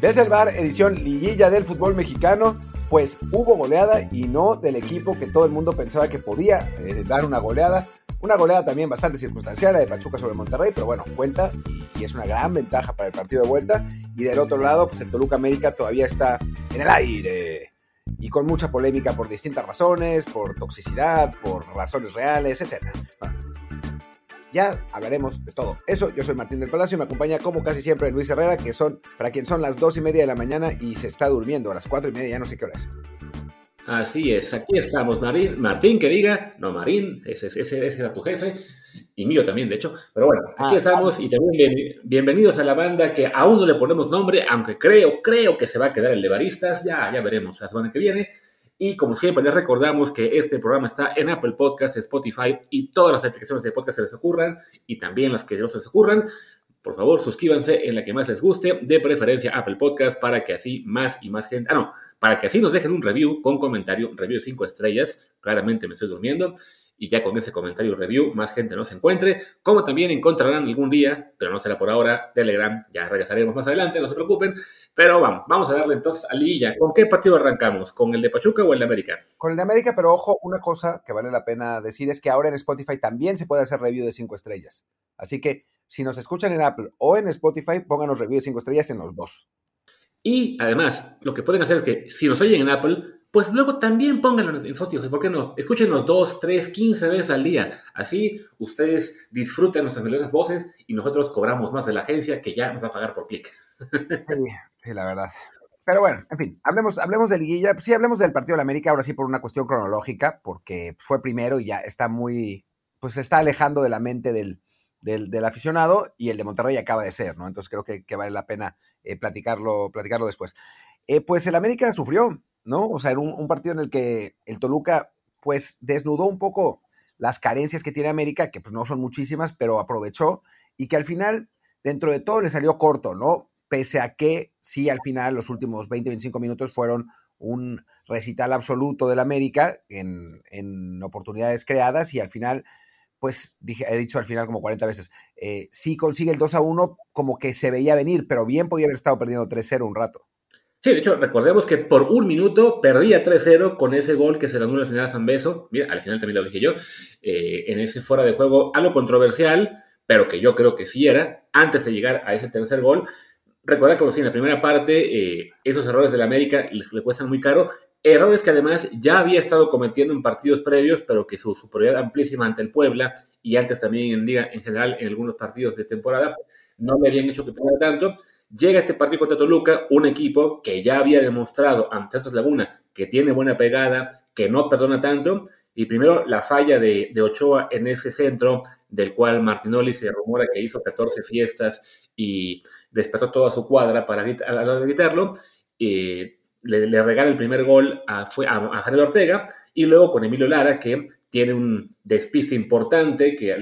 Desde el bar, edición liguilla del fútbol mexicano, pues hubo goleada y no del equipo que todo el mundo pensaba que podía dar una goleada. Una goleada también bastante circunstancial, la de Pachuca sobre Monterrey, pero bueno, cuenta y es una gran ventaja para el partido de vuelta. Y del otro lado, pues el Toluca América todavía está en el aire y con mucha polémica por distintas razones, por toxicidad, por razones reales, etc. Bueno, ya hablaremos de todo eso. Yo soy Martín del Palacio y me acompaña como casi siempre Luis Herrera, que son para quien son las 2:30 de la mañana y se está durmiendo a las 4:30, ya no sé qué hora es. Así es, aquí estamos, Martín, que diga, no Marín, ese era tu jefe, y mío también, de hecho, pero bueno, aquí estamos y también bienvenidos a la banda que aún no le ponemos nombre, aunque creo que se va a quedar el de Baristas, ya veremos la semana que viene, y como siempre les recordamos que este programa está en Apple Podcasts, Spotify y todas las aplicaciones de podcast que les ocurran, y también las que no se les ocurran. Por favor, suscríbanse en la que más les guste, de preferencia Apple Podcast, para que así más y más gente... para que así nos dejen un review con comentario, review de 5 estrellas. Claramente me estoy durmiendo. Y ya con ese comentario review, más gente nos encuentre. Como también encontrarán algún día, pero no será por ahora, Telegram. Ya regresaremos más adelante, no se preocupen. Pero vamos a darle entonces a liguilla. ¿Con qué partido arrancamos? ¿Con el de Pachuca o el de América? Con el de América, pero ojo, una cosa que vale la pena decir es que ahora en Spotify también se puede hacer review de 5 estrellas. Así que si nos escuchan en Apple o en Spotify, pónganos review de 5 estrellas en los dos. Y además, lo que pueden hacer es que si nos oyen en Apple, pues luego también pónganlo en Spotify. ¿Por qué no? Escúchenos 2, 3, 15 veces al día. Así ustedes disfrutan nuestras melodiosas voces y nosotros cobramos más de la agencia que ya nos va a pagar por clic. Sí, la verdad. Pero bueno, en fin, hablemos de liguilla. Sí, hablemos del partido de la América, ahora sí por una cuestión cronológica, porque fue primero y ya está pues se está alejando de la mente del aficionado, y el de Monterrey acaba de ser, ¿no? Entonces creo que vale la pena platicarlo después. Pues el América sufrió, ¿no? O sea, era un partido en el que el Toluca pues desnudó un poco las carencias que tiene América, que pues no son muchísimas, pero aprovechó, y que al final, dentro de todo, le salió corto, ¿no? Pese a que sí, al final, los últimos 20-25 minutos fueron un recital absoluto del América en oportunidades creadas, y al final, pues he dicho al final como 40 veces, sí consigue el 2-1, como que se veía venir, pero bien podía haber estado perdiendo 3-0 un rato. Sí, de hecho, recordemos que por un minuto perdía 3-0 con ese gol que se le anula al final a San Beso. Mira, al final también lo dije yo, en ese fuera de juego, algo controversial, pero que yo creo que sí era, antes de llegar a ese tercer gol. Recuerda que en la primera parte, esos errores del América le cuestan muy caro. Errores que además ya había estado cometiendo en partidos previos, pero que su superioridad amplísima ante el Puebla y antes también en Liga en general, en algunos partidos de temporada, no le habían hecho que perdiera tanto. Llega este partido contra Toluca, un equipo que ya había demostrado ante Santos Laguna que tiene buena pegada, que no perdona tanto, y primero la falla de Ochoa en ese centro, del cual Martinoli se rumora que hizo 14 fiestas y despertó toda su cuadra para gritarlo, le regala el primer gol a Jared Ortega, y luego con Emilio Lara, que tiene un despiste importante que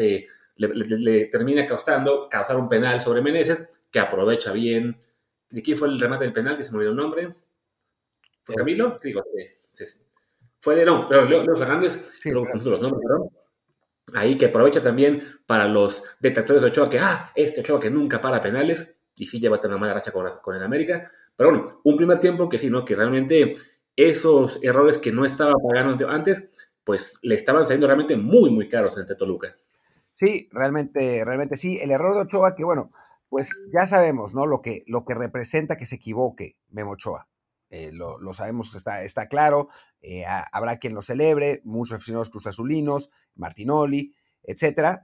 le termina causar un penal sobre Meneses, que aprovecha bien. ¿De quién fue el remate del penal? Que se me olvidó el nombre. ¿Fue Camilo? Digo, fue de Leo Fernández, sí, luego consulto los nombres, perdón. Ahí que aprovecha también para los detractores de Ochoa, que este Ochoa que nunca para penales, y sí lleva una mala racha con el América. Pero bueno, un primer tiempo que sí, ¿no? Que realmente esos errores que no estaba pagando antes, pues le estaban saliendo realmente muy, muy caros ante Toluca. Sí, realmente sí. El error de Ochoa, que bueno, pues ya sabemos, ¿no? Lo que representa que se equivoque Memo Ochoa. Lo sabemos, está claro. Habrá quien lo celebre, muchos aficionados cruzazulinos, Martinoli, etcétera.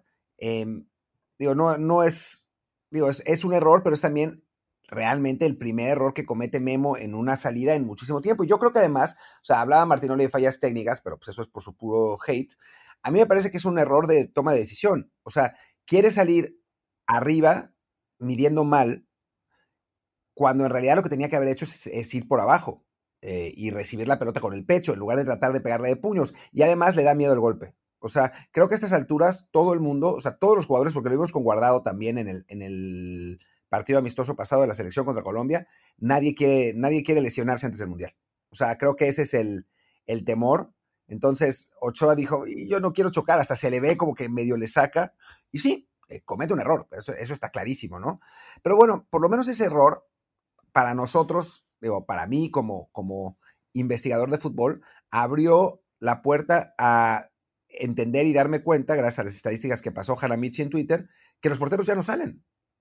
Es un error, pero es también realmente el primer error que comete Memo en una salida en muchísimo tiempo. Y yo creo que además, o sea, hablaba Martinoli de fallas técnicas, pero pues eso es por su puro hate. A mí me parece que es un error de toma de decisión. O sea, quiere salir arriba midiendo mal, cuando en realidad lo que tenía que haber hecho es ir por abajo y recibir la pelota con el pecho, en lugar de tratar de pegarle de puños. Y además le da miedo el golpe. O sea, creo que a estas alturas todo el mundo, o sea, todos los jugadores, porque lo vimos con Guardado también en el partido amistoso pasado de la selección contra Colombia, nadie quiere lesionarse antes del Mundial. O sea, creo que ese es el temor. Entonces Ochoa dijo, yo no quiero chocar, hasta se le ve como que medio le saca, y sí, comete un error, eso está clarísimo, ¿no? Pero bueno, por lo menos ese error para nosotros, digo, para mí como investigador de fútbol, abrió la puerta a entender y darme cuenta, gracias a las estadísticas que pasó Jaramichi en Twitter, que los porteros ya no salen.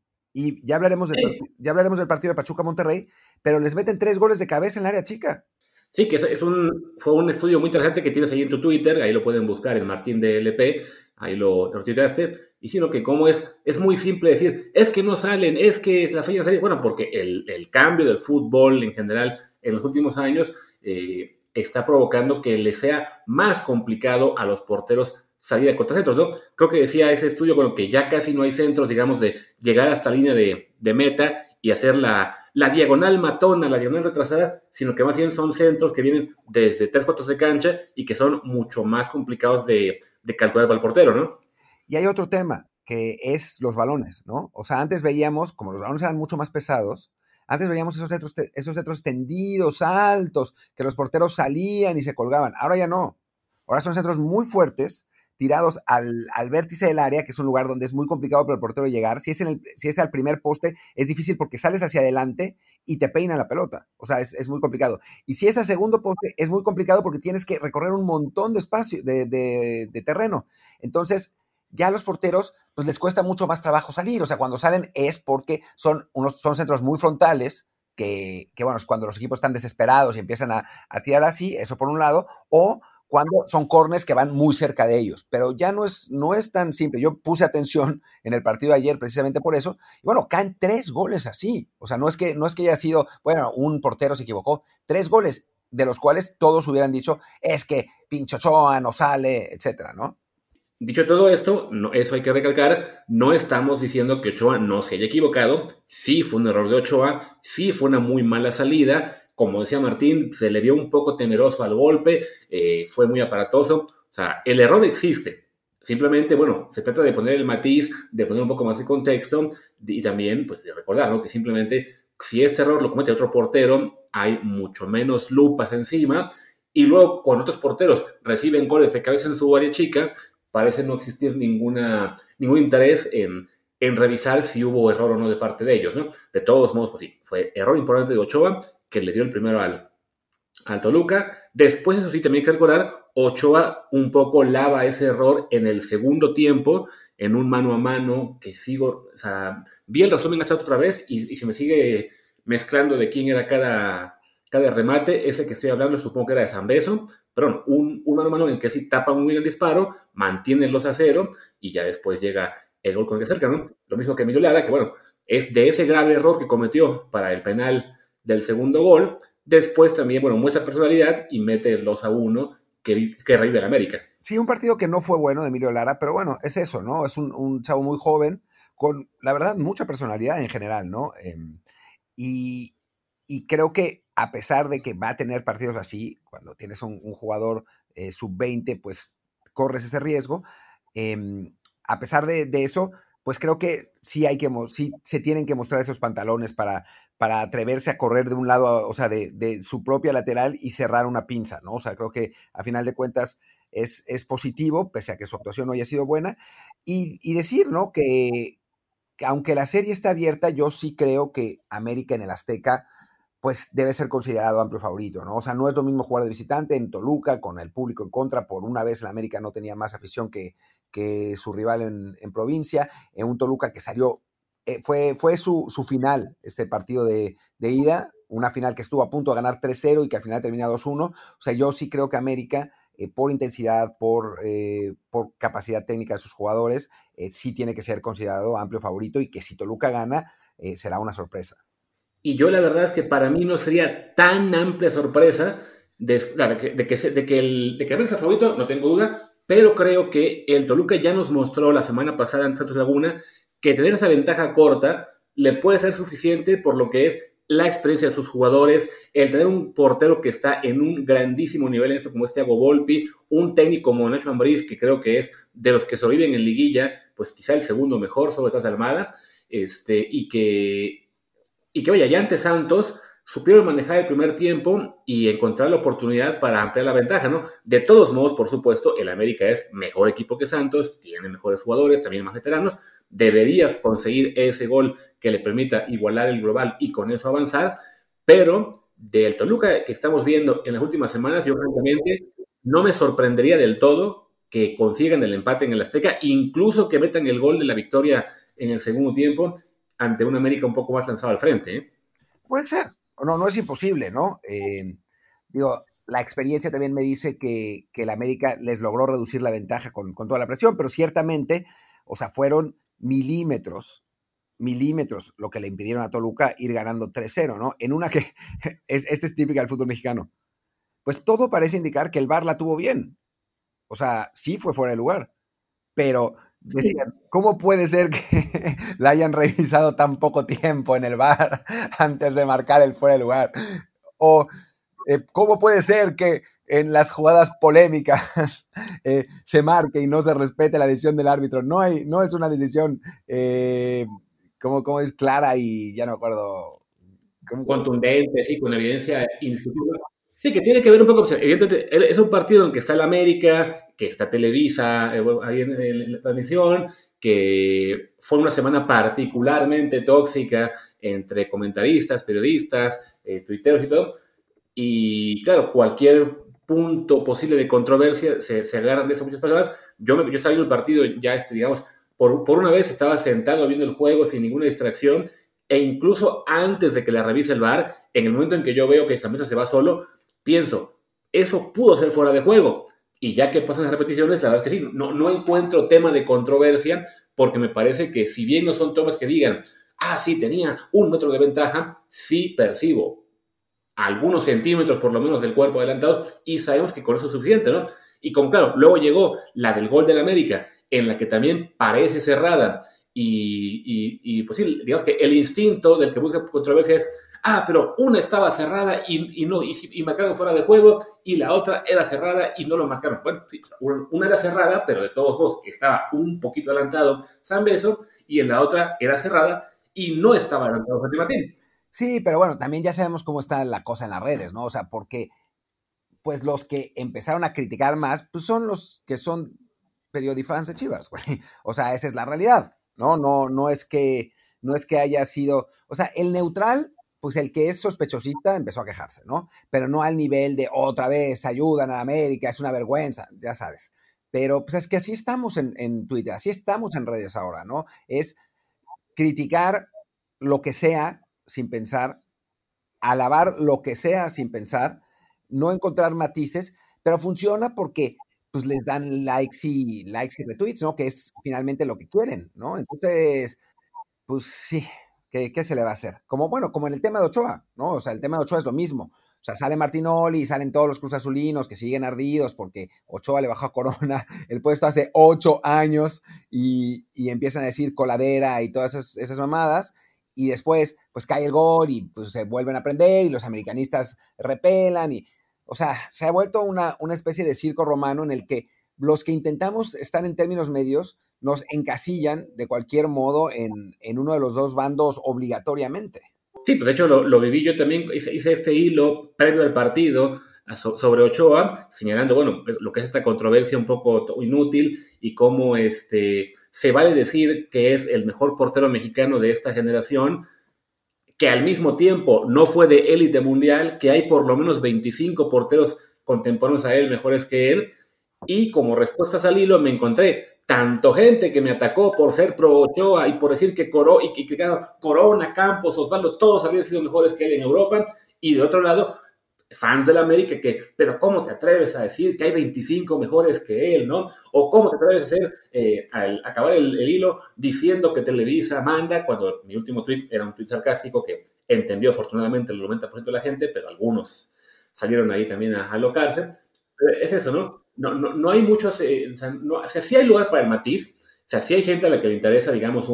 Y ya hablaremos del partido de Pachuca-Monterrey, pero les meten 3 goles de cabeza en el área chica. Sí, que fue un estudio muy interesante que tienes ahí en tu Twitter, ahí lo pueden buscar en Martín DLP, ahí lo tuiteaste, y sino que como es muy simple decir, es que no salen, es que la fecha sale, bueno, porque el cambio del fútbol en general en los últimos años está provocando que le sea más complicado a los porteros salir a contracentros, ¿no? Creo que decía ese estudio, bueno, que ya casi no hay centros, digamos, de llegar hasta la línea de meta y hacer la diagonal matona, la diagonal retrasada, sino que más bien son centros que vienen desde 3 cuartos de cancha y que son mucho más complicados de calcular para el portero, ¿no? Y hay otro tema, que es los balones, ¿no? O sea, antes veíamos, como los balones eran mucho más pesados, antes veíamos esos centros tendidos, altos, que los porteros salían y se colgaban. Ahora ya no. Ahora son centros muy fuertes, tirados al vértice del área, que es un lugar donde es muy complicado para el portero llegar. Si es al primer poste, es difícil porque sales hacia adelante y te peina la pelota. O sea, es muy complicado. Y si es al segundo poste, es muy complicado porque tienes que recorrer un montón de espacio, de terreno. Entonces, ya a los porteros pues les cuesta mucho más trabajo salir. O sea, cuando salen es porque son centros muy frontales, que bueno, es cuando los equipos están desesperados y empiezan a tirar así, eso por un lado, o cuando son corners que van muy cerca de ellos, pero ya no es tan simple. Yo puse atención en el partido de ayer precisamente por eso, y bueno, caen 3 goles así, o sea, no es que haya sido, bueno, un portero se equivocó, 3 goles, de los cuales todos hubieran dicho, es que pinche Ochoa no sale, etcétera, ¿no? Dicho todo esto, eso hay que recalcar, no estamos diciendo que Ochoa no se haya equivocado, sí fue un error de Ochoa, sí fue una muy mala salida, como decía Martín, se le vio un poco temeroso al golpe, fue muy aparatoso, o sea, el error existe, simplemente, bueno, se trata de poner el matiz, de poner un poco más de contexto y también, pues, de recordar, ¿no? Que simplemente, si este error lo comete otro portero, hay mucho menos lupas encima, y luego cuando otros porteros reciben goles de cabeza en su área chica, parece no existir ningún interés en revisar si hubo error o no de parte de ellos, ¿no? De todos modos, pues sí, fue error importante de Ochoa, que le dio el primero al Toluca. Después, eso sí, también hay que recordar, Ochoa un poco lava ese error en el segundo tiempo, en un mano a mano, que sigo, o sea, vi el resumen hasta otra vez y se me sigue mezclando de quién era cada remate. Ese que estoy hablando supongo que era de Zambeso, pero un mano a mano en el que sí tapa muy bien el disparo, mantiene el 2-0 y ya después llega el gol con el que cerca, ¿no? Lo mismo que Emilio Lara, que bueno, es de ese grave error que cometió para el penal del segundo gol. Después también, bueno, muestra personalidad y mete el 2-1 que revive el América. Sí, un partido que no fue bueno de Emilio Lara, pero bueno, es eso, ¿no? Es un chavo muy joven, con, la verdad, mucha personalidad en general, ¿no? Y, y creo que a pesar de que va a tener partidos así, cuando tienes un jugador sub-20, pues corres ese riesgo. A pesar de eso, pues creo que sí sí se tienen que mostrar esos pantalones para atreverse a correr de un lado, o sea, de su propia lateral y cerrar una pinza, ¿no? O sea, creo que a final de cuentas es positivo, pese a que su actuación no haya sido buena. Y decir, ¿no? Que aunque la serie está abierta, yo sí creo que América en el Azteca pues debe ser considerado amplio favorito, ¿no? O sea, no es lo mismo jugar de visitante en Toluca con el público en contra. Por una vez la América no tenía más afición que su rival en provincia, en un Toluca que salió, fue su final, este partido de ida, una final que estuvo a punto de ganar 3-0 y que al final termina 2-1. O sea, yo sí creo que América, por intensidad, por capacidad técnica de sus jugadores, sí tiene que ser considerado amplio favorito y que si Toluca gana, será una sorpresa. Y yo la verdad es que para mí no sería tan amplia sorpresa de que América es favorito, no tengo duda, pero creo que el Toluca ya nos mostró la semana pasada en Santos Laguna que tener esa ventaja corta le puede ser suficiente por lo que es la experiencia de sus jugadores, el tener un portero que está en un grandísimo nivel en esto como Thiago Volpi, un técnico como Nacho Ambriz, que creo que es de los que sobreviven en liguilla, pues quizá el segundo mejor, sobre todo de Almada, y que vaya, ya ante Santos supieron manejar el primer tiempo y encontrar la oportunidad para ampliar la ventaja, ¿no? De todos modos, por supuesto, el América es mejor equipo que Santos, tiene mejores jugadores, también más veteranos, debería conseguir ese gol que le permita igualar el global y con eso avanzar, pero del Toluca que estamos viendo en las últimas semanas, yo francamente no me sorprendería del todo que consigan el empate en el Azteca, incluso que metan el gol de la victoria en el segundo tiempo ante un América un poco más lanzado al frente, ¿eh? Puede ser, no es imposible, ¿no? Digo, la experiencia también me dice que el América les logró reducir la ventaja con toda la presión, pero ciertamente, o sea, fueron milímetros lo que le impidieron a Toluca ir ganando 3-0, ¿no? En una que este es típica del fútbol mexicano. Pues todo parece indicar que el VAR la tuvo bien. O sea, sí fue fuera de lugar, pero decían, ¿cómo puede ser que la hayan revisado tan poco tiempo en el VAR antes de marcar el fuera de lugar? O ¿cómo puede ser que en las jugadas polémicas se marque y no se respete la decisión del árbitro? No es una decisión como es clara y ya no me acuerdo. Contundente, sí, con evidencia indiscutible. Sí, que tiene que ver un poco, evidentemente, es un partido en que está el América, que está Televisa ahí en la transmisión, que fue una semana particularmente tóxica entre comentaristas, periodistas, tuiteros y todo. Y claro, cualquier punto posible de controversia se agarran de eso muchas personas. Yo estaba viendo el partido ya, digamos, por una vez estaba sentado viendo el juego sin ninguna distracción e incluso antes de que la revise el VAR, en el momento en que yo veo que Zambuesa se va solo, pienso, eso pudo ser fuera de juego. Y ya que pasan las repeticiones, la verdad es que sí, no encuentro tema de controversia, porque me parece que si bien no son tomas que digan, sí, tenía 1 metro de ventaja, sí percibo algunos centímetros por lo menos del cuerpo adelantado y sabemos que con eso es suficiente, ¿no? Y como claro, luego llegó la del gol del América, en la que también parece cerrada y pues sí, digamos que el instinto del que busca controversia es, pero una estaba cerrada y marcaron fuera de juego y la otra era cerrada y no lo marcaron. Bueno, sí, una era cerrada, pero de todos modos estaba un poquito adelantado San Beso y en la otra era cerrada y no estaba adelantado Santi Martín. Sí, pero bueno, también ya sabemos cómo está la cosa en las redes, ¿no? O sea, porque pues los que empezaron a criticar más, pues son los que son periodifans de Chivas, güey. O sea, esa es la realidad, ¿no? No es que haya sido, o sea, el neutral, pues el que es sospechosista empezó a quejarse, ¿no? Pero no al nivel de otra vez ayudan a América, es una vergüenza, ya sabes. Pero pues es que así estamos en Twitter, así estamos en redes ahora, ¿no? Es criticar lo que sea sin pensar, alabar lo que sea sin pensar, no encontrar matices, pero funciona porque pues les dan likes y retweets, ¿no? Que es finalmente lo que quieren, ¿no? Entonces, pues sí, ¿qué se le va a hacer? Como en el tema de Ochoa, ¿no? O sea, el tema de Ochoa es lo mismo. O sea, sale Martinoli y salen todos los cruzazulinos que siguen ardidos porque Ochoa le bajó a Corona el puesto hace 8 años y empiezan a decir coladera y todas esas mamadas. Y después, pues cae el gol y pues se vuelven a prender y los americanistas repelan. O sea, se ha vuelto una especie de circo romano en el que los que intentamos estar en términos medios nos encasillan de cualquier modo en uno de los dos bandos obligatoriamente. Sí, pues de hecho lo viví yo también, hice este hilo previo al partido sobre Ochoa, señalando, bueno, lo que es esta controversia un poco inútil y cómo se vale decir que es el mejor portero mexicano de esta generación, que al mismo tiempo no fue de élite mundial, que hay por lo menos 25 porteros contemporáneos a él mejores que él, y como respuestas al hilo me encontré tanto gente que me atacó por ser pro Ochoa y por decir que Corona, Campos, Osvaldo, todos habían sido mejores que él en Europa, y de otro lado, fans de la América pero ¿cómo te atreves a decir que hay 25 mejores que él, no? O ¿cómo te atreves a hacer, al acabar el hilo, diciendo que Televisa manda, cuando mi último tweet era un tweet sarcástico que entendió afortunadamente el 90% de la gente, pero algunos salieron ahí también a alocarse. Es eso, ¿no? No hay muchos, o sea, sí hay lugar para el matiz, o sea, sí hay gente a la que le interesa, digamos,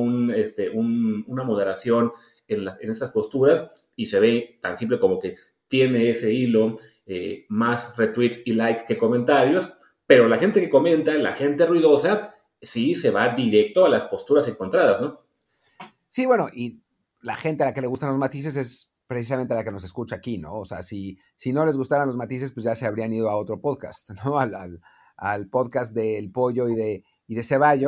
una moderación en estas posturas, y se ve tan simple como que tiene ese hilo, más retweets y likes que comentarios, pero la gente que comenta, la gente ruidosa, sí se va directo a las posturas encontradas, ¿no? Sí, bueno, y la gente a la que le gustan los matices es precisamente la que nos escucha aquí, ¿no? O sea, si no les gustaran los matices, pues ya se habrían ido a otro podcast, ¿no? Al podcast del Pollo y de Ceballos,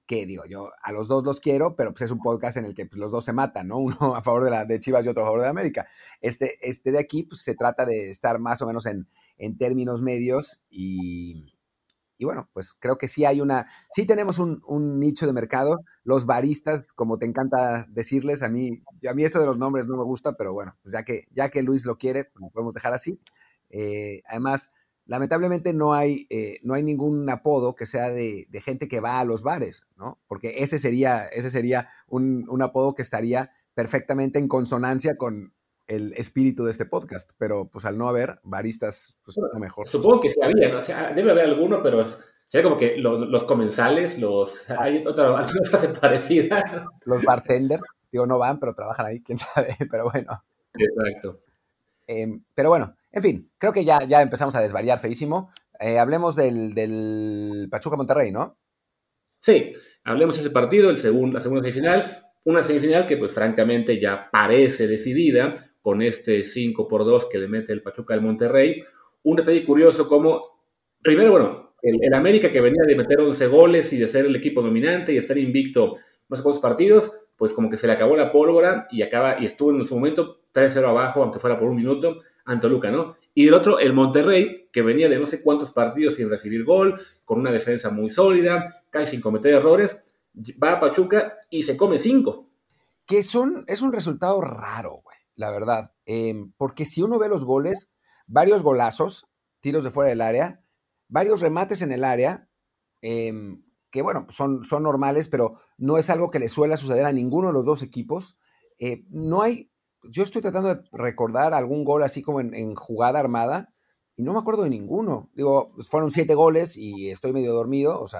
que digo, yo a los dos los quiero, pero pues es un podcast en el que pues, los dos se matan, ¿no? Uno a favor de Chivas y otro a favor de América. Este de aquí pues, se trata de estar más o menos en términos medios y bueno, pues creo que sí tenemos un nicho de mercado. Los baristas, como te encanta decirles, a mí esto de los nombres no me gusta, pero bueno, pues ya que Luis lo quiere, pues lo podemos dejar así. Además, lamentablemente no hay ningún apodo que sea de gente que va a los bares, ¿no? Porque ese sería un apodo que estaría perfectamente en consonancia con el espíritu de este podcast, pero pues al no haber baristas, pues no mejor. Supongo que sí había, ¿no? O sea, debe haber alguno, pero sería como que los comensales, hay alguna frase parecida. Los bartenders, digo, no van, pero trabajan ahí, quién sabe, pero bueno. Exacto. Pero bueno, en fin, creo que ya empezamos a desvariar feísimo. Hablemos del Pachuca Monterrey, ¿no? Sí, hablemos de ese partido, la segunda semifinal, una semifinal que pues francamente ya parece decidida con este 5-2 que le mete el Pachuca al Monterrey. Un detalle curioso como, primero, bueno, el América que venía de meter 11 goles y de ser el equipo dominante y estar invicto no sé cuántos partidos, pues como que se le acabó la pólvora y estuvo en su momento 3-0 abajo, aunque fuera por un minuto, ante Toluca, ¿no? Y del otro, el Monterrey, que venía de no sé cuántos partidos sin recibir gol, con una defensa muy sólida, casi sin cometer errores, va a Pachuca y se come 5. Que es un resultado raro, güey, la verdad. Porque si uno ve los goles, varios golazos, tiros de fuera del área, varios remates en el área, que bueno, son normales, pero no es algo que le suele suceder a ninguno de los dos equipos. No hay, yo estoy tratando de recordar algún gol así como en jugada armada, y no me acuerdo de ninguno. Digo, fueron 7 goles y estoy medio dormido, o sea,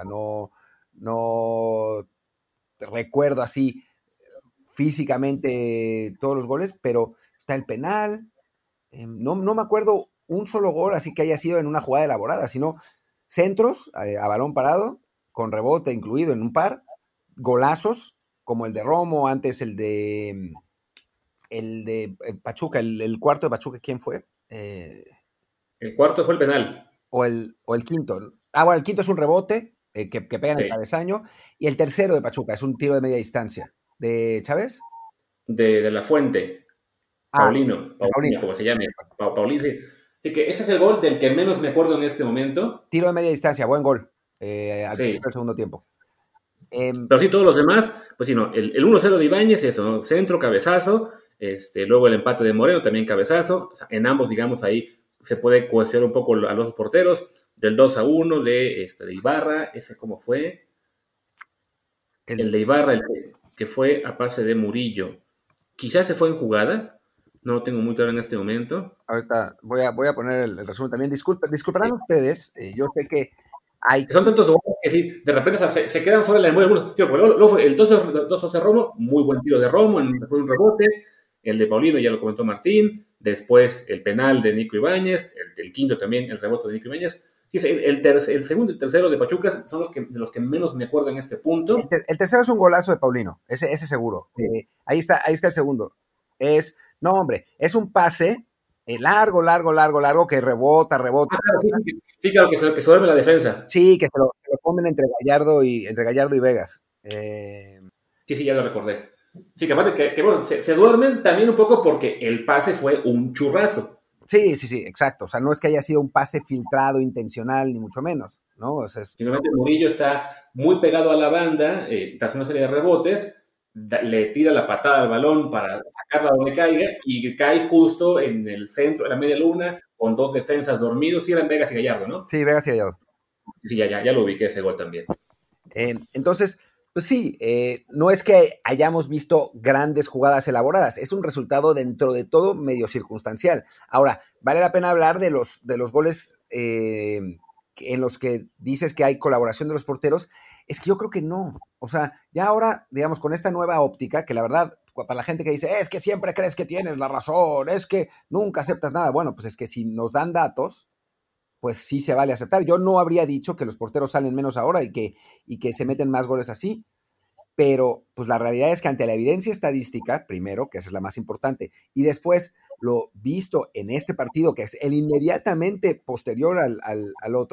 no recuerdo así físicamente todos los goles, pero está el penal. No me acuerdo un solo gol así que haya sido en una jugada elaborada, sino centros a balón parado, con rebote incluido en un par, golazos, como el de Romo, antes el de Pachuca, el cuarto de Pachuca, ¿quién fue? El cuarto fue el penal. O el quinto. Bueno, el quinto es un rebote que pega en el travesaño, y el tercero de Pachuca es un tiro de media distancia. ¿De Chávez? De la Fuente. Paulino, como se llame. Paulino. Así que ese es el gol del que menos me acuerdo en este momento. Tiro de media distancia, buen gol. Al segundo tiempo. Pero sí, todos los demás, pues sí, no, el 1-0 de Ibáñez, eso, ¿no? Centro, cabezazo, luego el empate de Moreno, también cabezazo. O sea, en ambos, digamos, ahí se puede cuestionar un poco a los porteros. Del 2-1 de Ibarra, ese cómo fue. El de Ibarra, que fue a pase de Murillo. Quizás se fue en jugada, no lo tengo muy claro en este momento. Ahorita voy a poner el resumen también. Disculparán ustedes, yo sé que hay... Son tantos goles que sí, de repente se quedan fuera de la memoria algunos. Luego fue el 2-2 de Romo, muy buen tiro de Romo, después un rebote, el de Paulino ya lo comentó Martín, después el penal de Nico Ibáñez, el quinto también, el rebote de Nico Ibáñez. El segundo y el tercero de Pachuca son de los que menos me acuerdo en este punto. El tercero es un golazo de Paulino, ese seguro. Sí. Ahí está el segundo. No, hombre, es un pase largo, que rebota. Sí, claro, que se duerme la defensa. Sí, que se lo comen entre Gallardo y Vegas. Sí, ya lo recordé. Sí, que aparte que bueno, se duermen también un poco porque el pase fue un churrazo. Sí, exacto. O sea, no es que haya sido un pase filtrado, intencional, ni mucho menos, ¿no? O sea, simplemente Murillo está muy pegado a la banda, tras una serie de rebotes, le tira la patada al balón para sacarla donde caiga y cae justo en el centro, en la media luna, con dos defensas dormidos. Sí, eran Vegas y Gallardo, ¿no? Sí, Vegas y Gallardo. Sí, ya lo ubiqué ese gol también. Entonces, pues sí, no es que hayamos visto grandes jugadas elaboradas, es un resultado dentro de todo medio circunstancial. Ahora, vale la pena hablar de los goles en los que dices que hay colaboración de los porteros. Es que yo creo que no. O sea, ya ahora, digamos, con esta nueva óptica, que la verdad, para la gente que dice, es que siempre crees que tienes la razón, es que nunca aceptas nada. Bueno, pues es que si nos dan datos, pues sí se vale aceptar. Yo no habría dicho que los porteros salen menos ahora y que se meten más goles así, pero pues la realidad es que ante la evidencia estadística, primero, que esa es la más importante, y después lo visto en este partido, que es el inmediatamente posterior al otro,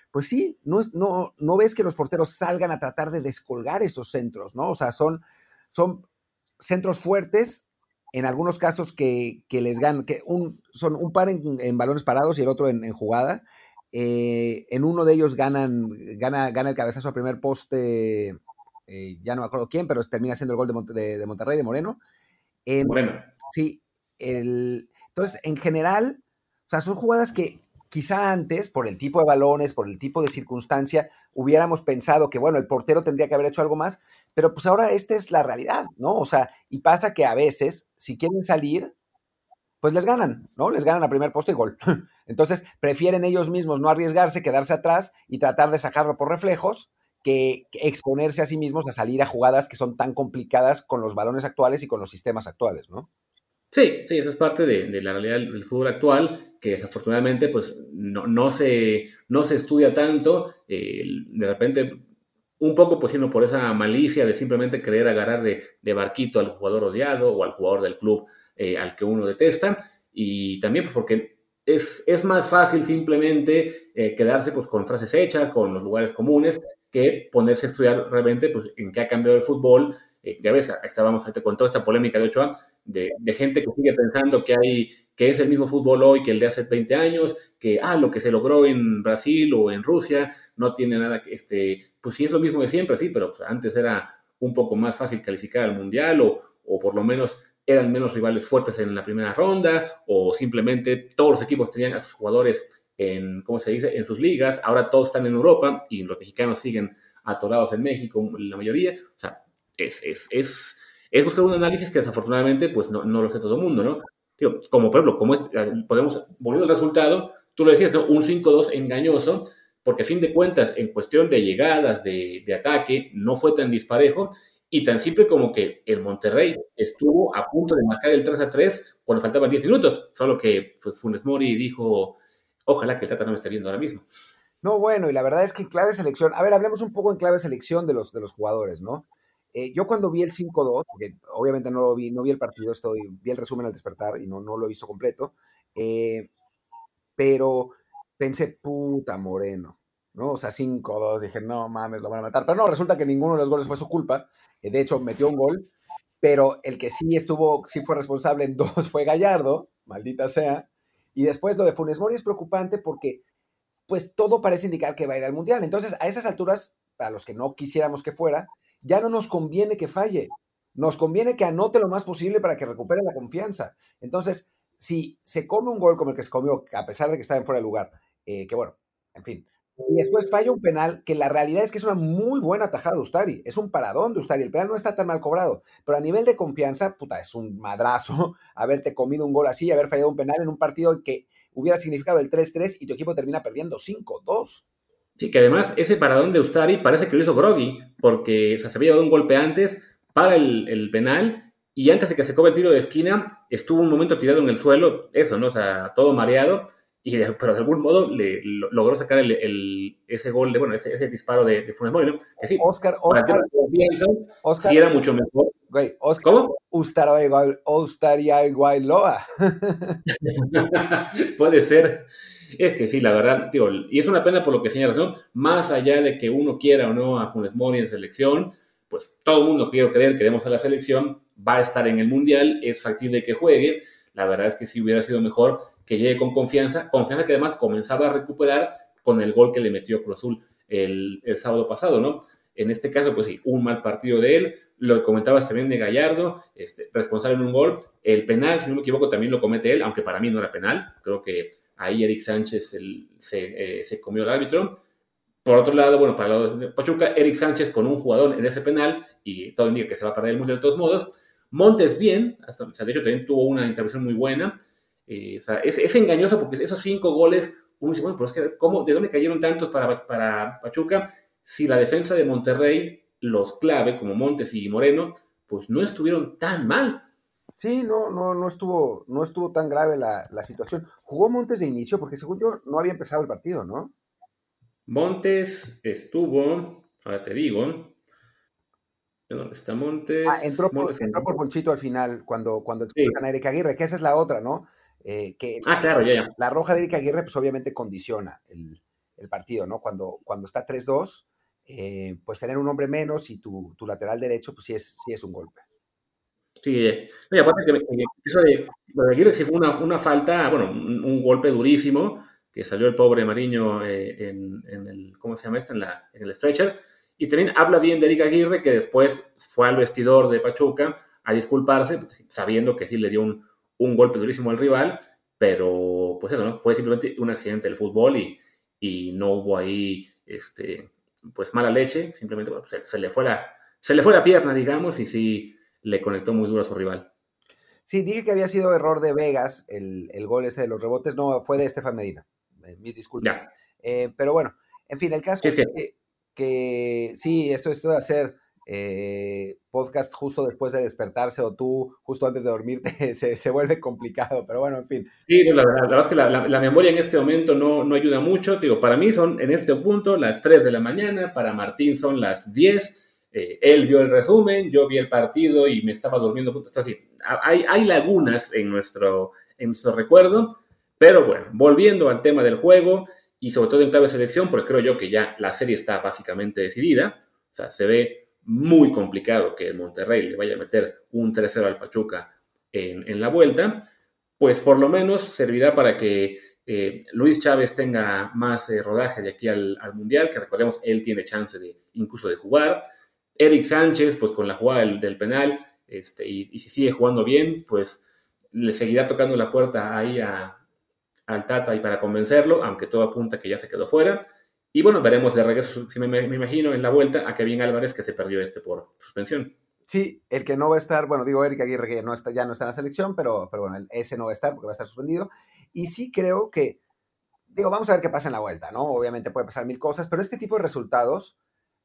pues sí, no ves que los porteros salgan a tratar de descolgar esos centros, ¿no? O sea, son centros fuertes, en algunos casos que les ganan, son un par en balones parados y el otro en jugada. En uno de ellos gana el cabezazo a primer poste, ya no me acuerdo quién, pero termina siendo el gol de Monterrey, de Moreno. Moreno. Sí, entonces, en general, o sea, son jugadas que quizá antes, por el tipo de balones, por el tipo de circunstancia, hubiéramos pensado que, bueno, el portero tendría que haber hecho algo más, pero pues ahora esta es la realidad, ¿no? O sea, y pasa que a veces, si quieren salir, pues les ganan, ¿no? Les ganan a primer poste y gol. Entonces, prefieren ellos mismos no arriesgarse, quedarse atrás y tratar de sacarlo por reflejos que exponerse a sí mismos a salir a jugadas que son tan complicadas con los balones actuales y con los sistemas actuales, ¿no? Sí, sí, eso es parte de la realidad del fútbol actual, que desafortunadamente pues no se estudia tanto, de repente un poco pues sino por esa malicia de simplemente querer agarrar de barquito al jugador odiado o al jugador del club al que uno detesta, y también pues porque es más fácil simplemente quedarse pues con frases hechas, con los lugares comunes, que ponerse a estudiar realmente pues en qué ha cambiado el fútbol. Ya ves, estábamos con toda esta polémica de Ochoa, de gente que sigue pensando que es el mismo fútbol hoy que el de hace 20 años, que lo que se logró en Brasil o en Rusia no tiene nada que, pues sí es lo mismo de siempre, sí, pero pues, antes era un poco más fácil calificar al Mundial o por lo menos eran menos rivales fuertes en la primera ronda o simplemente todos los equipos tenían a sus jugadores en, ¿cómo se dice?, en sus ligas, ahora todos están en Europa y los mexicanos siguen atorados en México, la mayoría, o sea, es buscar un análisis que desafortunadamente pues no lo hace todo el mundo, ¿no? Digo, como por ejemplo, podemos, volviendo al resultado, tú lo decías, ¿no? Un 5-2 engañoso, porque a fin de cuentas, en cuestión de llegadas, de ataque, no fue tan disparejo, y tan simple como que el Monterrey estuvo a punto de marcar el 3-3 cuando faltaban 10 minutos, solo que pues, Funes Mori dijo, ojalá que el Tata no me esté viendo ahora mismo. No, bueno, y la verdad es que en clave selección, a ver, hablemos un poco en clave selección de los jugadores, ¿no? Yo cuando vi el 5-2, porque obviamente no lo vi, no vi el partido, vi el resumen al despertar y no lo he visto completo, pero pensé, puta Moreno, ¿no? O sea, 5-2, dije, no mames, lo van a matar. Pero no, resulta que ninguno de los goles fue su culpa. De hecho, metió un gol, pero el que sí fue responsable en dos fue Gallardo, maldita sea. Y después lo de Funes Mori es preocupante porque pues todo parece indicar que va a ir al Mundial. Entonces, a esas alturas, para los que no quisiéramos que fuera, ya no nos conviene que falle. Nos conviene que anote lo más posible para que recupere la confianza. Entonces, si se come un gol como el que se comió, a pesar de que estaba en fuera de lugar, que bueno, en fin, y después falla un penal, que la realidad es que es una muy buena tajada de Ustari, es un paradón de Ustari, el penal no está tan mal cobrado, pero a nivel de confianza, puta, es un madrazo haberte comido un gol así, haber fallado un penal en un partido que hubiera significado el 3-3 y tu equipo termina perdiendo 5-2. Sí, que además ese paradón de Ustari parece que lo hizo Groggy, porque o sea, se había llevado un golpe antes para el penal y antes de que se cobre el tiro de esquina estuvo un momento tirado en el suelo, eso, ¿no? O sea, todo mareado, pero de algún modo logró sacar ese gol, bueno, ese disparo de Funes Mori, ¿no? Que sí, Oscar, para el Oscar, tema de confianza, Oscar, sí era mucho mejor. güey, Oscar ¿Cómo? Ustariaguailoa. Puede ser. Es que sí, la verdad, digo, y es una pena por lo que señalas, ¿no? Más allá de que uno quiera o no a Funes Mori en selección, pues todo el mundo quiero creer, queremos a la selección, va a estar en el Mundial, es factible que juegue. La verdad es que sí hubiera sido mejor que llegue con confianza que además comenzaba a recuperar con el gol que le metió Cruz Azul el sábado pasado, ¿no? En este caso, pues sí, un mal partido de él, lo comentabas también de Gallardo, responsable en un gol, el penal, si no me equivoco, también lo comete él, aunque para mí no era penal, creo que ahí Eric Sánchez se comió el árbitro. Por otro lado, bueno, para el lado de Pachuca, Eric Sánchez con un jugador en ese penal y todo indica que se va a perder el mundial de todos modos. Montes bien, o sea, de hecho también tuvo una intervención muy buena. O sea, es engañoso porque esos 5 goles, uno dice, bueno, pero es que, ¿de dónde cayeron tantos para Pachuca? Si la defensa de Monterrey, los clave como Montes y Moreno, pues no estuvieron tan mal. Sí, no estuvo tan grave la situación. Jugó Montes de inicio porque según yo no había empezado el partido, ¿no? Montes estuvo, ahora te digo, ¿dónde está Montes? Entró por, Montes entró por Ponchito al final, cuando sí. expulsan a Erika Aguirre, que esa es la otra, ¿no? Que Claro, ya, ya. la roja de Erika Aguirre, pues obviamente condiciona el partido, ¿no? Cuando está 3-2, pues tener un hombre menos y tu lateral derecho, pues sí es un golpe. Sí, no, y aparte que eso de lo de Aguirre sí fue una falta, bueno, un golpe durísimo, que salió el pobre Mariño en el, ¿cómo se llama esto? En el stretcher. Y también habla bien de Eric Aguirre, que después fue al vestidor de Pachuca a disculparse, sabiendo que sí le dio un golpe durísimo al rival, pero pues eso, ¿no? Fue simplemente un accidente del fútbol y no hubo ahí, pues mala leche, simplemente bueno, pues, se le fue la pierna, digamos, y sí le conectó muy duro a su rival. Sí, dije que había sido error de Vegas el gol ese de los rebotes, no, fue de Estefan Medina. Mis disculpas. Ya. Pero bueno, en fin, el caso Sí, es es que que sí, esto de hacer podcast justo después de despertarse o tú justo antes de dormirte se vuelve complicado, pero bueno, en fin. sí, no, la verdad es que la memoria en este momento no ayuda mucho. Digo, para mí son en este punto las 3 de la mañana, para Martín son las 10. Él vio el resumen, yo vi el partido y me estaba durmiendo. Así, hay lagunas en nuestro recuerdo, pero bueno, volviendo al tema del juego y sobre todo en clave de selección, porque creo yo que ya la serie está básicamente decidida. O sea, se ve muy complicado que Monterrey le vaya a meter un 3-0 al Pachuca en la vuelta, pues por lo menos servirá para que Luis Chávez tenga más rodaje de aquí al Mundial, que recordemos, él tiene chance de incluso de jugar. Eric Sánchez, pues con la jugada del penal, y si sigue jugando bien, pues le seguirá tocando la puerta ahí al Tata y para convencerlo, aunque todo apunta que ya se quedó fuera. Y bueno, veremos de regreso, si me imagino, en la vuelta a Kevin Álvarez, que se perdió por suspensión. Sí, el que no va a estar, bueno, digo Eric Aguirre que no está, ya no está en la selección, pero bueno, ese no va a estar porque va a estar suspendido. Y sí creo que, digo, vamos a ver qué pasa en la vuelta, ¿no? Obviamente puede pasar mil cosas, pero este tipo de resultados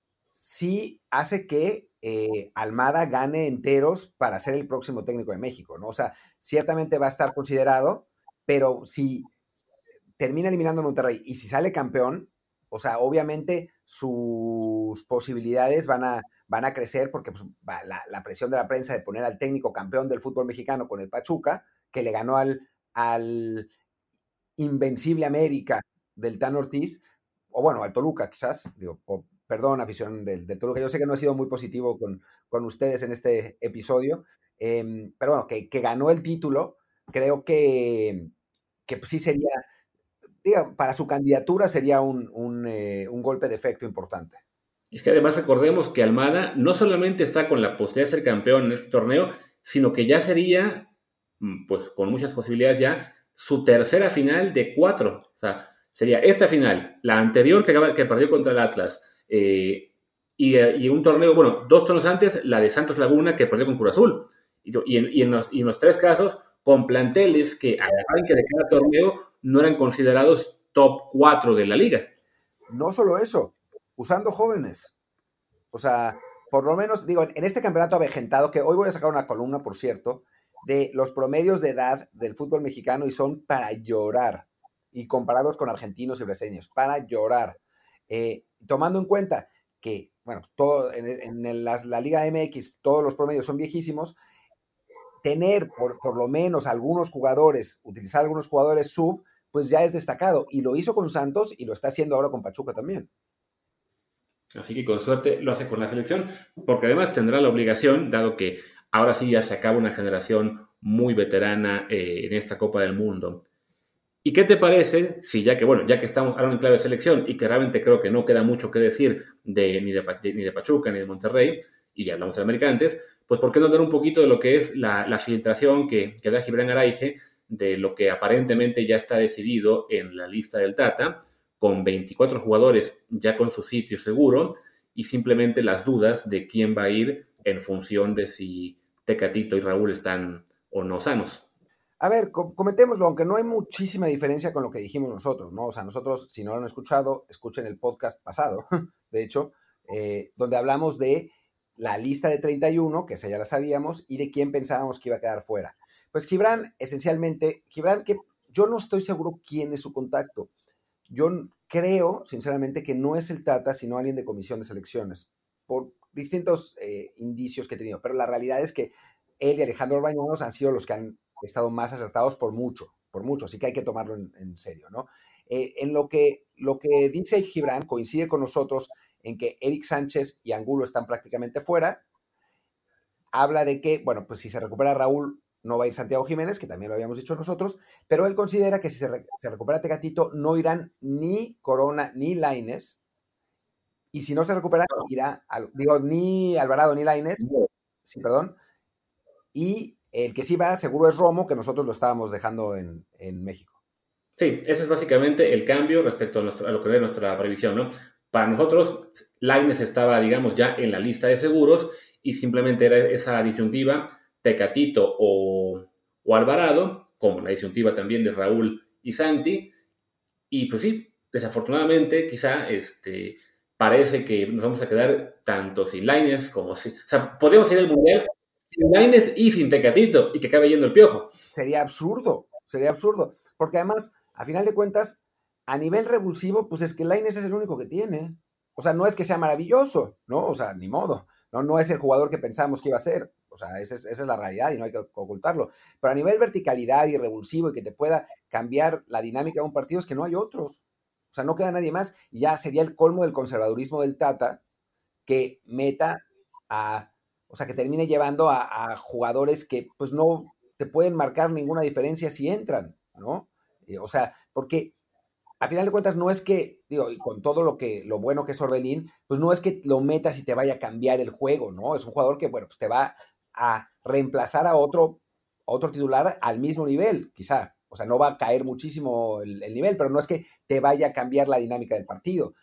sí hace que Almada gane enteros para ser el próximo técnico de México, ¿no? O sea, ciertamente va a estar considerado, pero si termina eliminando a Monterrey y si sale campeón, o sea, obviamente sus posibilidades van a crecer porque pues, la presión de la prensa de poner al técnico campeón del fútbol mexicano con el Pachuca, que le ganó al Invencible América del Tan Ortiz, o bueno, al Toluca quizás, digo, perdón, afición del Toluca, yo sé que no he sido muy positivo con ustedes en este episodio, pero bueno, que ganó el título, creo que pues sí sería, diga, para su candidatura sería un golpe de efecto importante. Es que además recordemos que Almada no solamente está con la posibilidad de ser campeón en este torneo, sino que ya sería, pues con muchas posibilidades ya, su tercera final de 4. O sea, sería esta final, la anterior que perdió contra el Atlas, y un torneo, bueno, 2 torneos antes, la de Santos Laguna que perdió con Cruz Azul. Y en los 3 casos, con planteles que al arranque de cada torneo no eran considerados top 4 de la liga. No solo eso, usando jóvenes. O sea, por lo menos, digo, en este campeonato avejentado, que hoy voy a sacar una columna, por cierto, de los promedios de edad del fútbol mexicano y son para llorar. Y comparados con argentinos y brasileños, para llorar. Tomando en cuenta que, bueno, todo, la Liga MX, todos los promedios son viejísimos, tener por lo menos algunos jugadores, utilizar algunos jugadores sub, pues ya es destacado. Y lo hizo con Santos y lo está haciendo ahora con Pachuca también. Así que con suerte lo hace con la selección, porque además tendrá la obligación, dado que ahora sí ya se acaba una generación muy veterana en esta Copa del Mundo. ¿Y qué te parece si bueno, ya que estamos ahora en clave de selección y que realmente creo que no queda mucho que decir ni de Pachuca ni de Monterrey, y ya hablamos de América antes, pues ¿por qué no dar un poquito de lo que es la filtración que da Gibran Araige de lo que aparentemente ya está decidido en la lista del Tata, con 24 jugadores ya con su sitio seguro y simplemente las dudas de quién va a ir en función de si Tecatito y Raúl están o no sanos? A ver, comentémoslo, aunque no hay muchísima diferencia con lo que dijimos nosotros, ¿no? O sea, nosotros, si no lo han escuchado, escuchen el podcast pasado, de hecho, donde hablamos de la lista de 31, que esa ya la sabíamos, y de quién pensábamos que iba a quedar fuera. Pues Gibran, esencialmente, Gibran, que yo no estoy seguro quién es su contacto. Yo creo, sinceramente, que no es el Tata, sino alguien de comisión de selecciones, por distintos indicios que he tenido. Pero la realidad es que él y Alejandro Orbañanos han sido los que han estado más acertados por mucho. por mucho, así que hay que tomarlo en serio, ¿no? Lo que dice Gibran coincide con nosotros en que Eric Sánchez y Angulo están prácticamente fuera. Habla de que, bueno, pues si se recupera Raúl, no va a ir Santiago Jiménez, que también lo habíamos dicho nosotros, pero él considera que si se recupera Tecatito, no irán ni Corona ni Lainez, y si no se recupera, irá, ni Alvarado ni Lainez, sí, perdón, y el que sí va seguro es Romo, que nosotros lo estábamos dejando en México. Sí, ese es básicamente el cambio respecto a lo que era nuestra previsión, ¿no? Para nosotros, Lainez estaba, digamos, ya en la lista de seguros y simplemente era esa disyuntiva Tecatito o Alvarado, como la disyuntiva también de Raúl y Santi. Y pues sí, desafortunadamente, quizá parece que nos vamos a quedar tanto sin Lainez como sin. O sea, podríamos ir al mundial sin Lainez y sin Tecatito y que acabe yendo el piojo. Sería absurdo, porque además, a final de cuentas, a nivel revulsivo, pues es que Lainez es el único que tiene. O sea, no es que sea maravilloso, ¿no? O sea, ni modo. No es el jugador que pensamos que iba a ser. O sea, esa es la realidad y no hay que ocultarlo. Pero a nivel verticalidad y revulsivo y que te pueda cambiar la dinámica de un partido es que no hay otros. O sea, no queda nadie más. Y ya sería el colmo del conservadurismo del Tata que meta o sea, que termine llevando a jugadores que pues no te pueden marcar ninguna diferencia si entran, ¿no? O sea, porque a final de cuentas no es que, digo, y con todo lo bueno que es Orbelín, pues no es que lo metas y te vaya a cambiar el juego, ¿no? Es un jugador que, bueno, pues te va a reemplazar a otro titular al mismo nivel, quizá. O sea, no va a caer muchísimo el nivel, pero no es que te vaya a cambiar la dinámica del partido.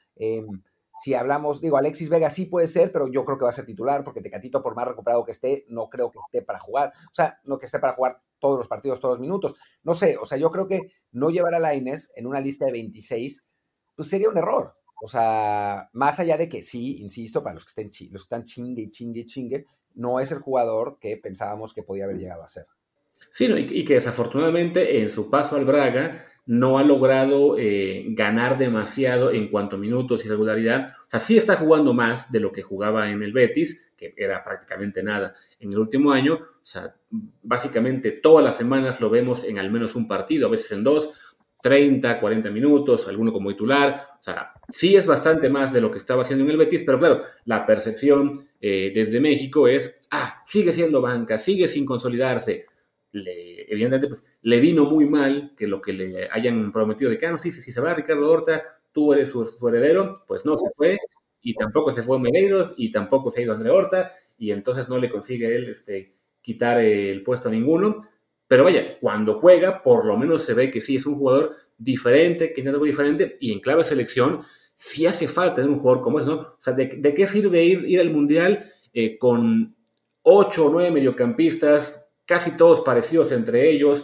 Si hablamos, digo, Alexis Vega sí puede ser, pero yo creo que va a ser titular, porque Tecatito, por más recuperado que esté, no creo que esté para jugar. O sea, no que esté para jugar todos los partidos, todos los minutos. No sé, o sea, yo creo que no llevar a Lainez en una lista de 26, pues sería un error. O sea, más allá de que sí, insisto, para los que están chingue, chingue, chingue, no es el jugador que pensábamos que podía haber llegado a ser. Sí, ¿no? Y que desafortunadamente en su paso al Braga no ha logrado ganar demasiado en cuanto a minutos y regularidad. O sea, sí está jugando más de lo que jugaba en el Betis, que era prácticamente nada en el último año. O sea, básicamente todas las semanas lo vemos en al menos un partido, a veces en dos, 30, 40 minutos, alguno como titular. O sea, sí es bastante más de lo que estaba haciendo en el Betis, pero claro, la percepción desde México es, sigue siendo banca, sigue sin consolidarse. Evidentemente, pues, le vino muy mal que lo que le hayan prometido de que, no, sí, si se va Ricardo Horta, tú eres su heredero, pues no se fue, y tampoco se fue Medeiros, y tampoco se ha ido André Horta, y entonces no le consigue él quitar el puesto a ninguno. Pero vaya, cuando juega, por lo menos se ve que sí es un jugador diferente, que tiene algo diferente, y en clave selección, sí hace falta tener un jugador como ese, ¿no? O sea, ¿de qué sirve ir al Mundial con 8 o 9 mediocampistas, casi todos parecidos entre ellos,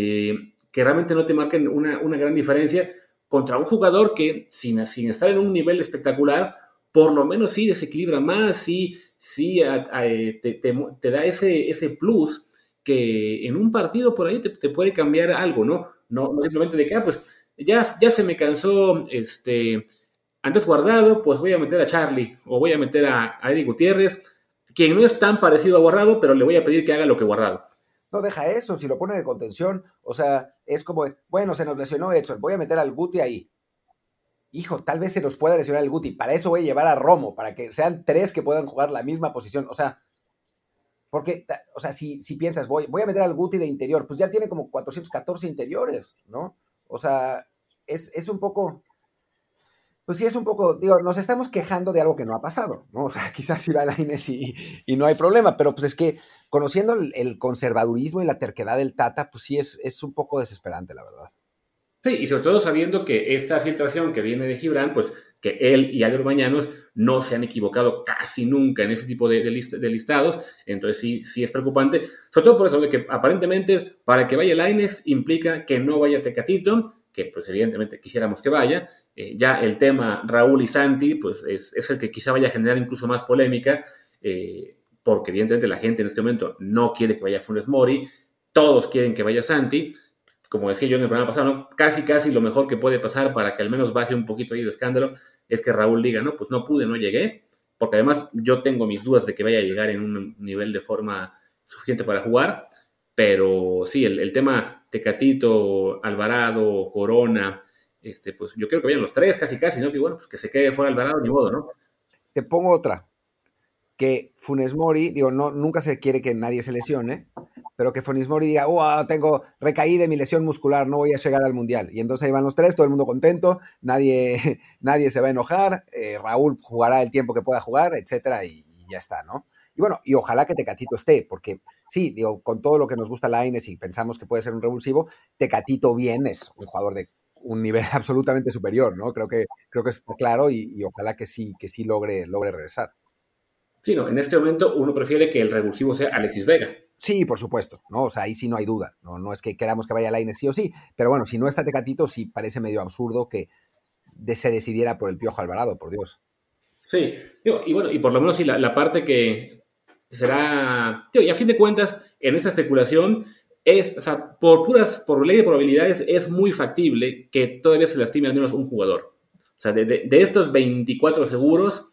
que realmente no te marquen una gran diferencia contra un jugador que sin estar en un nivel espectacular, por lo menos sí desequilibra más, sí te da ese plus que en un partido por ahí te puede cambiar algo, ¿no? No simplemente de que, pues ya se me cansó antes Guardado, pues voy a meter a Charlie o voy a meter a Eric Gutiérrez, quien no es tan parecido a Guardado, pero le voy a pedir que haga lo que Guardado. No deja eso, si lo pone de contención, o sea, es como, bueno, se nos lesionó Edson, voy a meter al Guti ahí. Hijo, tal vez se nos pueda lesionar el Guti, para eso voy a llevar a Romo, para que sean tres que puedan jugar la misma posición, o sea, porque, o sea, si piensas, voy a meter al Guti de interior, pues ya tiene como 414 interiores, ¿no? O sea, es un poco, pues sí, es un poco, digo, nos estamos quejando de algo que no ha pasado, ¿no? O sea, quizás iba a la Inés y no hay problema, pero pues es que conociendo el conservadurismo y la terquedad del Tata, pues sí es un poco desesperante, la verdad. Sí, y sobre todo sabiendo que esta filtración que viene de Gibran, pues que él y Álvaro Bañanos no se han equivocado casi nunca en ese tipo de listados, entonces sí es preocupante, sobre todo por eso de que aparentemente para que vaya Lainez implica que no vaya Tecatito, que pues evidentemente quisiéramos que vaya, ya el tema Raúl y Santi, pues es el que quizá vaya a generar incluso más polémica, porque evidentemente la gente en este momento no quiere que vaya Funes Mori, todos quieren que vaya Santi, como decía yo en el programa pasado, ¿no? Casi lo mejor que puede pasar para que al menos baje un poquito ahí de escándalo es que Raúl diga, no, pues no pude, no llegué, porque además yo tengo mis dudas de que vaya a llegar en un nivel de forma suficiente para jugar, pero sí, el tema Tecatito, Alvarado, Corona, pues yo creo que vayan los tres casi, ¿no? Que bueno, pues que se quede fuera Alvarado, ni modo, ¿no? Te pongo otra, que Funes Mori, digo, no, nunca se quiere que nadie se lesione, pero que Funes Mori diga, recaí de mi lesión muscular, no voy a llegar al Mundial. Y entonces ahí van los tres, todo el mundo contento, nadie se va a enojar, Raúl jugará el tiempo que pueda jugar, etcétera, y ya está, ¿no? Y bueno, y ojalá que Tecatito esté, porque sí, digo, con todo lo que nos gusta Lainez y pensamos que puede ser un revulsivo, Tecatito bien es un jugador de un nivel absolutamente superior, ¿no? Creo que está claro y ojalá que sí logre regresar. Sí, no, en este momento uno prefiere que el revulsivo sea Alexis Vega. Sí, por supuesto, ¿no? O sea, ahí sí no hay duda, no es que queramos que vaya Lainez sí o sí, pero bueno, si no está Tecatito, sí parece medio absurdo que se decidiera por el Piojo Alvarado, por Dios. Sí, y bueno, y por lo menos sí, la parte que será, y a fin de cuentas, en esa especulación, o sea, por ley de probabilidades, es muy factible que todavía se lastime al menos un jugador. O sea, de estos 24 seguros,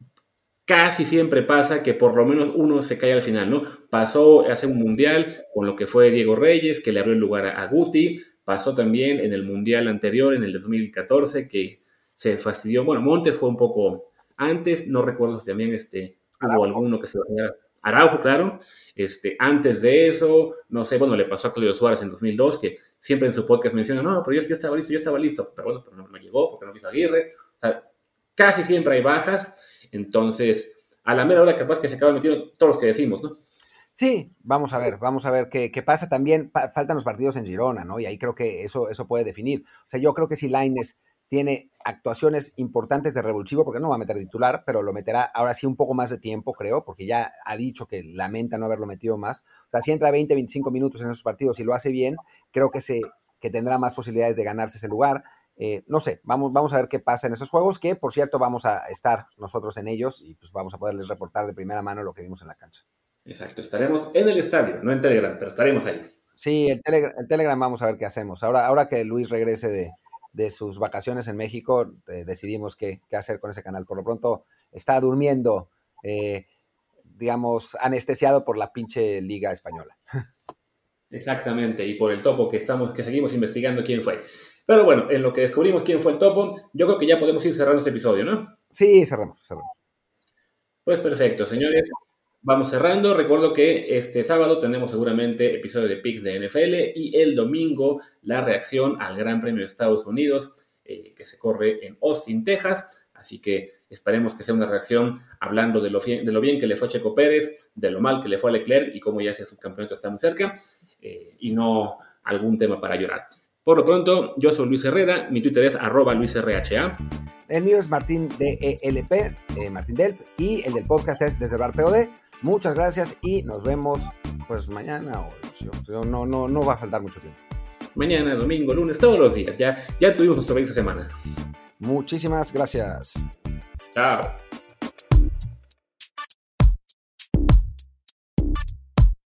casi siempre pasa que por lo menos uno se cae al final, ¿no? Pasó hace un mundial con lo que fue Diego Reyes, que le abrió el lugar a Guti, pasó también en el mundial anterior, en el 2014, que se fastidió, bueno, Montes fue un poco antes, no recuerdo si también hubo alguno que se bajara. Araujo, claro, antes de eso, no sé, bueno, le pasó a Claudio Suárez en 2002, que siempre en su podcast menciona, no, pero yo estaba listo, pero bueno, pero no llegó, porque no quiso Aguirre, o sea, casi siempre hay bajas. Entonces, a la mera hora capaz que se acaban metiendo todos los que decimos, ¿no? Sí, vamos a ver qué pasa. También faltan los partidos en Girona, ¿no? Y ahí creo que eso puede definir. O sea, yo creo que si Lainez tiene actuaciones importantes de revulsivo, porque no va a meter titular, pero lo meterá ahora sí un poco más de tiempo, creo, porque ya ha dicho que lamenta no haberlo metido más. O sea, si entra 20, 25 minutos en esos partidos y lo hace bien, creo que tendrá más posibilidades de ganarse ese lugar. No sé, vamos a ver qué pasa en esos juegos, que por cierto vamos a estar nosotros en ellos y pues vamos a poderles reportar de primera mano lo que vimos en la cancha. Exacto, estaremos en el estadio, no en Telegram, pero estaremos ahí. Sí, el Telegram vamos a ver qué hacemos. Ahora que Luis regrese de sus vacaciones en México, decidimos qué hacer con ese canal. Por lo pronto está durmiendo, digamos, anestesiado por la pinche Liga Española. Exactamente, y por el topo que seguimos investigando quién fue. Pero bueno, en lo que descubrimos quién fue el topo, yo creo que ya podemos ir cerrando este episodio, ¿no? Sí, cerramos. Pues perfecto, señores. Vamos cerrando. Recuerdo que este sábado tenemos seguramente episodio de Picks de NFL y el domingo la reacción al Gran Premio de Estados Unidos que se corre en Austin, Texas. Así que esperemos que sea una reacción hablando de lo bien que le fue a Checo Pérez, de lo mal que le fue a Leclerc y cómo ya ese subcampeonato está muy cerca y no algún tema para llorar. Por lo pronto, yo soy Luis Herrera, mi Twitter es @LuisRHA. El mío es Martín DELP, Martín Delp, y el del podcast es Desde el Bar POD. Muchas gracias y nos vemos pues mañana o no va a faltar mucho tiempo. Mañana, domingo, lunes, todos los días. Ya tuvimos nuestro break esta semana. Muchísimas gracias. Chao.